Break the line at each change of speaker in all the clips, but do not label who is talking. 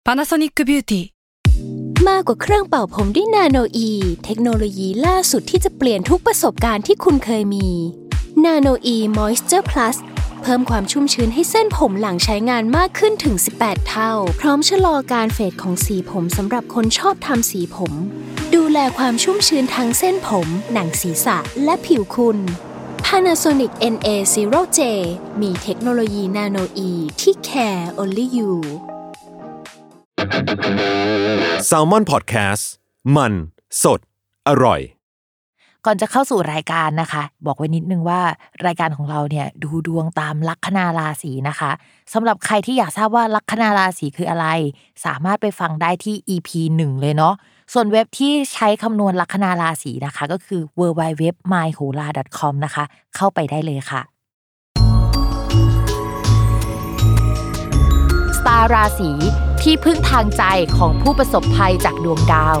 Panasonic Beauty
มากกว่าเครื่องเป่าผมด้วยนาโนอีเทคโนโลยีล่าสุดที่จะเปลี่ยนทุกประสบการณ์ที่คุณเคยมีนาโนอีมอยส์เจอร์พลัสเพิ่มความชุ่มชื้นให้เส้นผมหลังใช้งานมากขึ้นถึง18เท่าพร้อมชะลอการเฟดของสีผมสำหรับคนชอบทำสีผมดูแลความชุ่มชื้นทั้งเส้นผมหนังศีรษะและผิวคุณ Panasonic NA0J มีเทคโนโลยีนาโนอีที่ care only you
Salmon Podcast มันสดอร่อย
ก่อนจะเข้าสู่รายการนะคะบอกไว้นิดนึงว่ารายการของเราเนี่ยดูดวงตามลัคนาราศีนะคะสำหรับใครที่อยากทราบว่าลัคนาราศีคืออะไรสามารถไปฟังได้ที่ EP 1 เลยเนาะส่วนเว็บที่ใช้คำนวณลัคนาราศีนะคะก็คือ www.myhola.com นะคะเข้าไปได้เลยค่ะสตาร์ราศีที่พึ่งทางใจของผู้ประสบภัยจากดวงดาว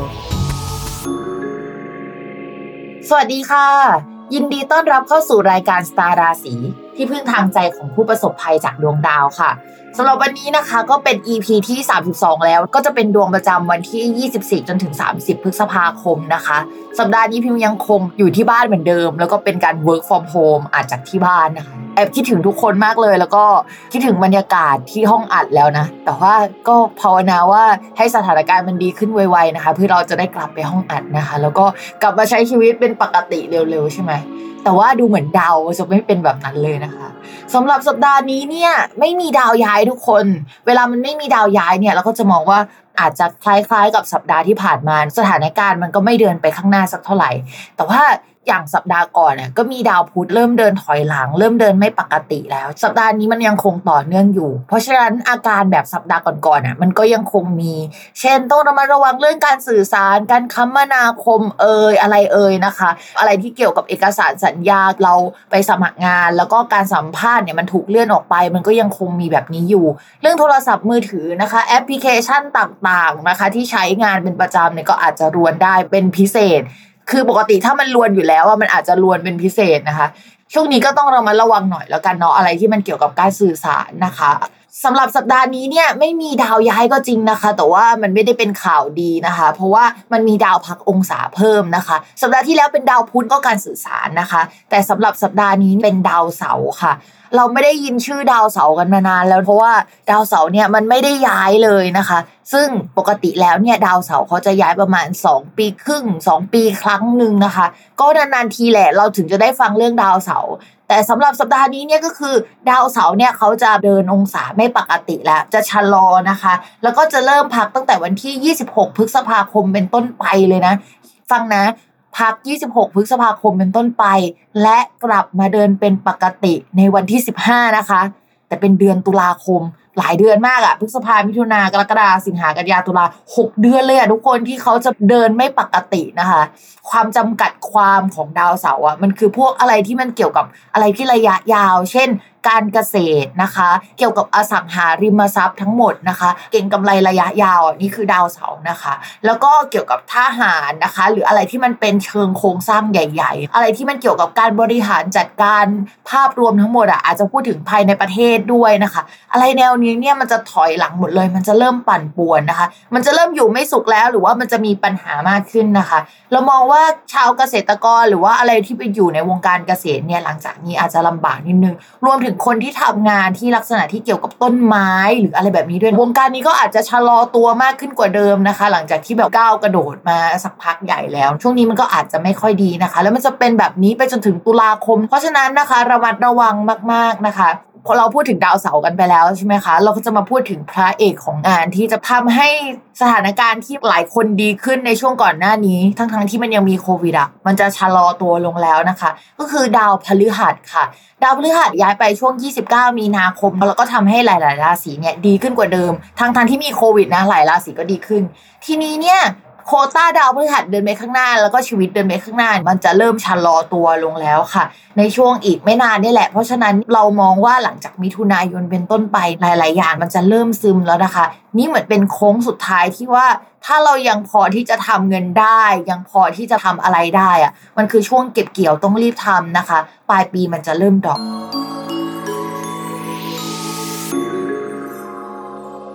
สวัสดีค่ะยินดีต้อนรับเข้าสู่รายการสตาร์ราศีที่พึ่งทางใจของผู้ประสบภัยจากดวงดาวค่ะสำหรับวันนี้นะคะก็เป็น EP ที่32แล้วก็จะเป็นดวงประจำวันที่24จนถึง30พฤษภาคมนะคะสัปดาห์นี้พิมยังคงอยู่ที่บ้านเหมือนเดิมแล้วก็เป็นการ work from home อัดจากที่บ้านนะคะแอบคิดถึงทุกคนมากเลยแล้วก็คิดถึงบรรยากาศที่ห้องอัดแล้วนะแต่ว่าก็ภาวนาว่าให้สถานการณ์มันดีขึ้นไวๆนะคะเพื่อเราจะได้กลับไปห้องอัดนะคะแล้วก็กลับมาใช้ชีวิตเป็นปกติเร็วๆใช่ไหมแต่ว่าดูเหมือนดาวจะไม่เป็นแบบนั้นเลยนะคะสำหรับสัปดาห์นี้เนี่ยไม่มีดาวย้ายทุกคนเวลามันไม่มีดาวย้ายเนี่ยเราก็จะมองว่าอาจจะคล้ายๆกับสัปดาห์ที่ผ่านมาสถานการณ์มันก็ไม่เดินไปข้างหน้าสักเท่าไหร่แต่ว่าอย่างสัปดาห์ก่อนเนี่ยก็มีดาวพุธเริ่มเดินถอยหลังเริ่มเดินไม่ปกติแล้วสัปดาห์นี้มันยังคงต่อเนื่องอยู่เพราะฉะนั้นอาการแบบสัปดาห์ก่อนๆน่ะมันก็ยังคงมีเช่นต้องระมัดระวังเรื่องการสื่อสารการคมนาคมอะไรนะคะอะไรที่เกี่ยวกับเอกสารสัญญาเราไปสมัครงานแล้วก็การสัมภาษณ์เนี่ยมันถูกเลื่อนออกไปมันก็ยังคงมีแบบนี้อยู่เรื่องโทรศัพท์มือถือนะคะแอปพลิเคชันต่างๆนะคะที่ใช้งานเป็นประจำเนี่ยก็อาจจะรวนได้เป็นพิเศษคือปกติถ้ามันรวนอยู่แล้วมันอาจจะรวนเป็นพิเศษนะคะช่วงนี้ก็ต้องระมัดระวังหน่อยแล้วกันเนาะอะไรที่มันเกี่ยวกับการสื่อสารนะคะสำหรับสัปดาห์นี้เนี่ยไม่มีดาวย้ายก็จริงนะคะแต่ว่ามันไม่ได้เป็นข่าวดีนะคะเพราะว่ามันมีดาวพักองศาเพิ่มนะคะสัปดาห์ที่แล้วเป็นดาวพุธก็การสื่อสารนะคะแต่สำหรับสัปดาห์นี้เป็นดาวเสาร์ค่ะเราไม่ได้ยินชื่อดาวเสาร์กันมานานแล้วเพราะว่าดาวเสาร์เนี่ยมันไม่ได้ย้ายเลยนะคะซึ่งปกติแล้วเนี่ยดาวเสาร์เขาจะย้ายประมาณ2ปีครึ่ง2ปีครั้งนึงนะคะก็นานๆทีแหละเราถึงจะได้ฟังเรื่องดาวเสาร์แต่สำหรับสัปดาห์นี้เนี่ยก็คือดาวเสาร์เนี่ยเขาจะเดินองศาไม่ปกติแล้วจะชะลอนะคะแล้วก็จะเริ่มพักตั้งแต่วันที่26พฤษภาคมเป็นต้นไปเลยนะฟังนะพัก26พฤษภาคมเป็นต้นไปและกลับมาเดินเป็นปกติในวันที่15นะคะแต่เป็นเดือนตุลาคมหลายเดือนมากพฤษภาคมมิถุนายนกรกฎาคมสิงหาคมกันยายนตุลา6เดือนเลยทุกคนที่เขาจะเดินไม่ปกตินะคะความจำกัดความของดาวเสาร์มันคือพวกอะไรที่มันเกี่ยวกับอะไรที่ระยะยาวเช่นการเกษตรนะคะเกี่ยวกับอสังหาริมทรัพย์ทั้งหมดนะคะเก่งกำไรระยะยาวนี่คือดาวเสาร์นะคะแล้วก็เกี่ยวกับทหารนะคะหรืออะไรที่มันเป็นเชิงโครงสร้างใหญ่ๆอะไรที่มันเกี่ยวกับการบริหารจัดการภาพรวมทั้งหมดอาจจะพูดถึงภายในประเทศด้วยนะคะอะไรแนวนี้เนี่ยมันจะถอยหลังหมดเลยมันจะเริ่มปั่นป่วนนะคะมันจะเริ่มอยู่ไม่สุขแล้วหรือว่ามันจะมีปัญหามากขึ้นนะคะเรามองว่าชาวเกษตรกรหรือว่าอะไรที่ไปอยู่ในวงการเกษตรเนี่ยหลังจากนี้อาจจะลำบากนิดนึงรวมถึงคนที่ทำงานที่ลักษณะที่เกี่ยวกับต้นไม้หรืออะไรแบบนี้ด้วยวงการนี้ก็อาจจะชะลอตัวมากขึ้นกว่าเดิมนะคะหลังจากที่แบบก้าวกระโดดมาสักพักใหญ่แล้วช่วงนี้มันก็อาจจะไม่ค่อยดีนะคะแล้วมันจะเป็นแบบนี้ไปจนถึงตุลาคมเพราะฉะนั้นนะคะระมัดระวังมากๆนะคะพอเราพูดถึงดาวเสาร์กันไปแล้วใช่ไหมคะเราก็จะมาพูดถึงพระเอกของงานที่จะทำให้สถานการณ์ที่หลายคนดีขึ้นในช่วงก่อนหน้านี้ทั้งที่มันยังมีโควิดมันจะชะลอตัวลงแล้วนะคะก็คือดาวพฤหัสค่ะดาวพฤหัสย้ายไปช่วง29มีนาคมแล้วก็ทำให้หลายๆราศีเนี่ยดีขึ้นกว่าเดิมทั้งที่มีโควิดนะหลายราศีก็ดีขึ้นทีนี้เนี่ยโควต้าดาวพฤหัสเดินไปข้างหน้าแล้วก็ชีวิตเดินไปข้างหน้ามันจะเริ่มชะลอตัวลงแล้วค่ะในช่วงอีกไม่นานนี่แหละเพราะฉะนั้นเรามองว่าหลังจากมิถุนายนเป็นต้นไปหลายๆอย่างมันจะเริ่มซึมแล้วนะคะนี่เหมือนเป็นโค้งสุดท้ายที่ว่าถ้าเรายังพอที่จะทำเงินได้ยังพอที่จะทำอะไรได้มันคือช่วงเก็บเกี่ยวต้องรีบทำนะคะปลายปีมันจะเริ่มดรอป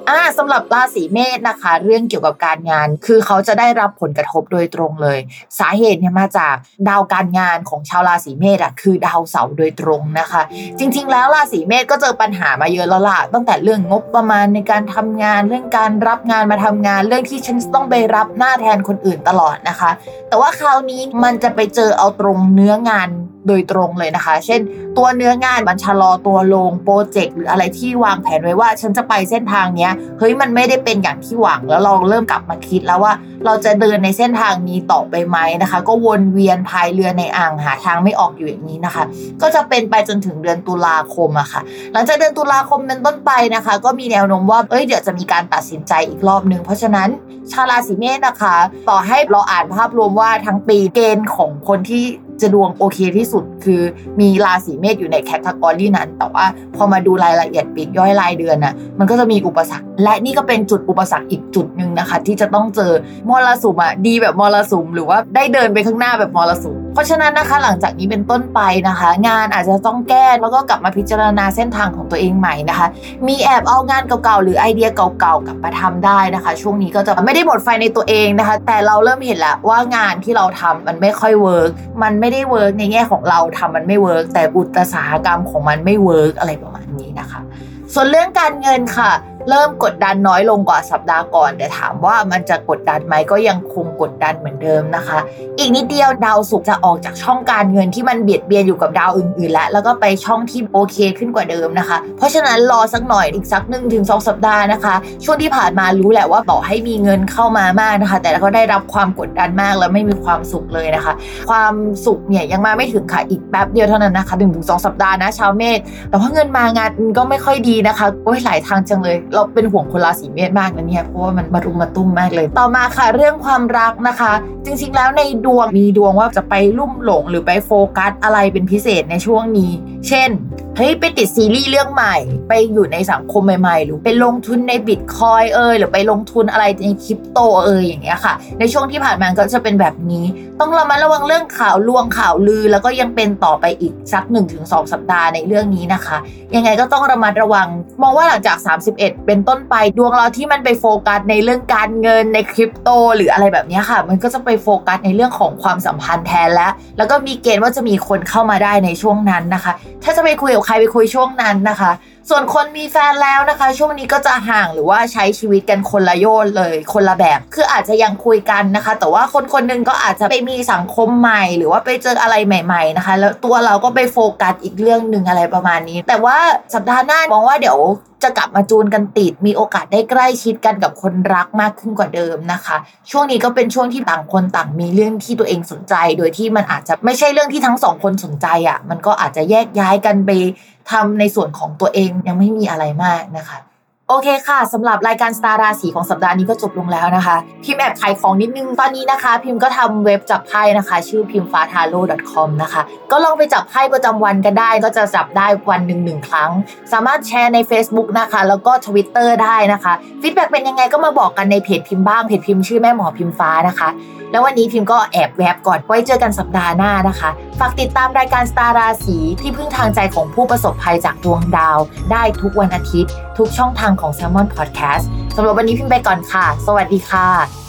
สำหรับราศีเมษนะคะเรื่องเกี่ยวกับการงานคือเขาจะได้รับผลกระทบโดยตรงเลยสาเหตุเนี่ยมาจากดาวการงานของชาวราศีเมษคือดาวเสาร์โดยตรงนะคะจริงๆแล้วราศีเมษก็เจอปัญหามาเยอะแล้วล่ะตั้งแต่เรื่องงบประมาณในการทำงานเรื่องการรับงานมาทำงานเรื่องที่ฉันต้องไปรับหน้าแทนคนอื่นตลอดนะคะแต่ว่าคราวนี้มันจะไปเจอเอาตรงเนื้องานโดยตรงเลยนะคะเช่นตัวเนื้องานมันชะลอตัวลงโปรเจกต์หรืออะไรที่วางแผนไว้ว่าฉันจะไปเส้นทางเนี้ยเฮ้ยมันไม่ได้เป็นอย่างที่หวังแล้วเราเริ่มกลับมาคิดแล้วว่าเราจะเดินในเส้นทางนี้ต่อไปไหมนะคะก็วนเวียนพายเรือในอ่างหาทางไม่ออกอยู่อย่างนี้นะคะก็จะเป็นไปจนถึงเดือนตุลาคมอะค่ะหลังจากเดือนตุลาคมเป็นต้นไปนะคะก็มีแนวโน้มว่าเดี๋ยวจะมีการตัดสินใจอีกรอบนึงเพราะฉะนั้นชาวราศีเมษนะคะต่อให้เราอ่านภาพรวมว่าทั้งปีเกณฑ์ของคนที่จะดวงโอเคที่สุดคือมีราศีเมษอยู่ในแคตตากรีนั้นแต่ว่าพอมาดูรายละเอียดปลีกย่อยรายเดือนน่ะมันก็จะมีอุปสรรคและนี่ก็เป็นจุดอุปสรรคอีกจุดนึงนะคะที่จะต้องเจอมรสุมดีแบบมรสุมหรือว่าได้เดินไปข้างหน้าแบบมรสุมเพราะฉะนั้นนะคะหลังจากนี้เป็นต้นไปนะคะงานอาจจะต้องแก้แล้วก็กลับมาพิจารณาเส้นทางของตัวเองใหม่นะคะมีแอบเอางานเก่าๆหรือไอเดียเก่าๆกลับมาทำได้นะคะช่วงนี้ก็จะไม่ได้หมดไฟในตัวเองนะคะแต่เราเริ่มเห็นแล้วว่างานที่เราทำมันไม่ค่อยเวิร์กมันไม่ได้เวิร์กในแง่ของเราทำมันไม่เวิร์กแต่อุตสาหกรรมของมันไม่เวิร์กอะไรประมาณนี้นะคะส่วนเรื่องการเงินค่ะเริ่มกดดันน้อยลงกว่าสัปดาห์ก่อนแต่ถามว่ามันจะกดดันไหมก็ยังคงกดดันเหมือนเดิมนะคะอีกนิดเดียวดาวศุกร์จะออกจากช่องการเงินที่มันเบียดเบียนอยู่กับดาวอื่นๆแล้วก็ไปช่องที่โอเคขึ้นกว่าเดิมนะคะเพราะฉะนั้นรอสักหน่อยอีกสัก 1-2 สัปดาห์นะคะช่วงที่ผ่านมารู้แหละว่าต่อให้มีเงินเข้ามามากนะคะแต่ก็ได้รับความกดดันมากแล้วไม่มีความสุขเลยนะคะความสุขเนี่ยยังมาไม่ถึงค่ะอีกแป๊บเดียวเท่านั้นนะคะ 1-2 สัปดาห์นะชาวเมษแต่ว่าเงินมางานก็ไม่ค่อยดีนะคะหลายทางจังเลยเราเป็นห่วงคนราศีเมษมากนะเนี่ยเพราะว่ามันมารุมมาตุ้มมากเลยต่อมาค่ะเรื่องความรักนะคะจริงๆแล้วในดวงมีดวงว่าจะไปลุ่มหลงหรือไปโฟกัสอะไรเป็นพิเศษในช่วงนี้เช่นไปติดซีรีส์เรื่องใหม่ไปอยู่ในสังคมใหม่ๆหรือไปลงทุนในบิตคอยน์หรือไปลงทุนอะไรในคริปโตอย่างเงี้ยค่ะในช่วงที่ผ่านมาก็จะเป็นแบบนี้ต้องระมัดระวังเรื่องข่าวลวงข่าวลือแล้วก็ยังเป็นต่อไปอีกสัก 1-2 สัปดาห์ในเรื่องนี้นะคะยังไงก็ต้องระมัดระวังมองว่าหลังจาก31เป็นต้นไปดวงเราที่มันไปโฟกัสในเรื่องการเงินในคริปโตหรืออะไรแบบนี้ค่ะมันก็จะไปโฟกัสในเรื่องของความสัมพันธ์แทนแล้วก็มีเกณฑ์ว่าจะมีคนเข้ามาได้ในช่วงนั้นนะคะถ้าจะไปคุยกับใครไปคุยช่วงนั้นนะคะส่วนคนมีแฟนแล้วนะคะช่วงนี้ก็จะห่างหรือว่าใช้ชีวิตกันคนละโยชน์เลยคนละแบบคืออาจจะยังคุยกันนะคะแต่ว่าคนนึงก็อาจจะไปมีสังคมใหม่หรือว่าไปเจออะไรใหม่ๆนะคะแล้วตัวเราก็ไปโฟกัสอีกเรื่องนึงอะไรประมาณนี้แต่ว่าสัปดาห์หน้ามองว่าเดี๋ยวจะกลับมาจูนกันติดมีโอกาสได้ใกล้ชิดกันกับคนรักมากขึ้นกว่าเดิมนะคะช่วงนี้ก็เป็นช่วงที่ต่างคนต่างมีเรื่องที่ตัวเองสนใจโดยที่มันอาจจะไม่ใช่เรื่องที่ทั้งสองคนสนใจมันก็อาจจะแยกย้ายกันไปทำในส่วนของตัวเองยังไม่มีอะไรมากนะคะโอเคค่ะสำหรับรายการสตาร์ราศีของสัปดาห์นี้ก็จบลงแล้วนะคะพิมพ์แอบขายของนิดนึงตอนนี้นะคะพิมพ์ก็ทำเว็บจับไพ่นะคะชื่อpimpfataro.com นะคะก็ลองไปจับไพ่ประจำวันกันได้ก็จะจับได้วันหนึ่ง1 ครั้งสามารถแชร์ใน Facebook นะคะแล้วก็ Twitter ได้นะคะฟีดแบ็กเป็นยังไงก็มาบอกกันในเพจพิมพ์บ้างเพจพิมพ์ชื่อแม่หมอพิมฟ้านะคะแล้ววันนี้พิมพ์ก็แอบแวบก่อนไว้เจอกันสัปดาห์หน้านะคะฝากติดตามรายการสตาร์ราศีที่พึ่งทางใจของผู้ประสบภัยจากดวงดาวได้ทุกวันอาทิตย์ทุกช่องทางของ Salmon Podcast สำหรับวันนี้พิมพ์ไปก่อนค่ะสวัสดีค่ะ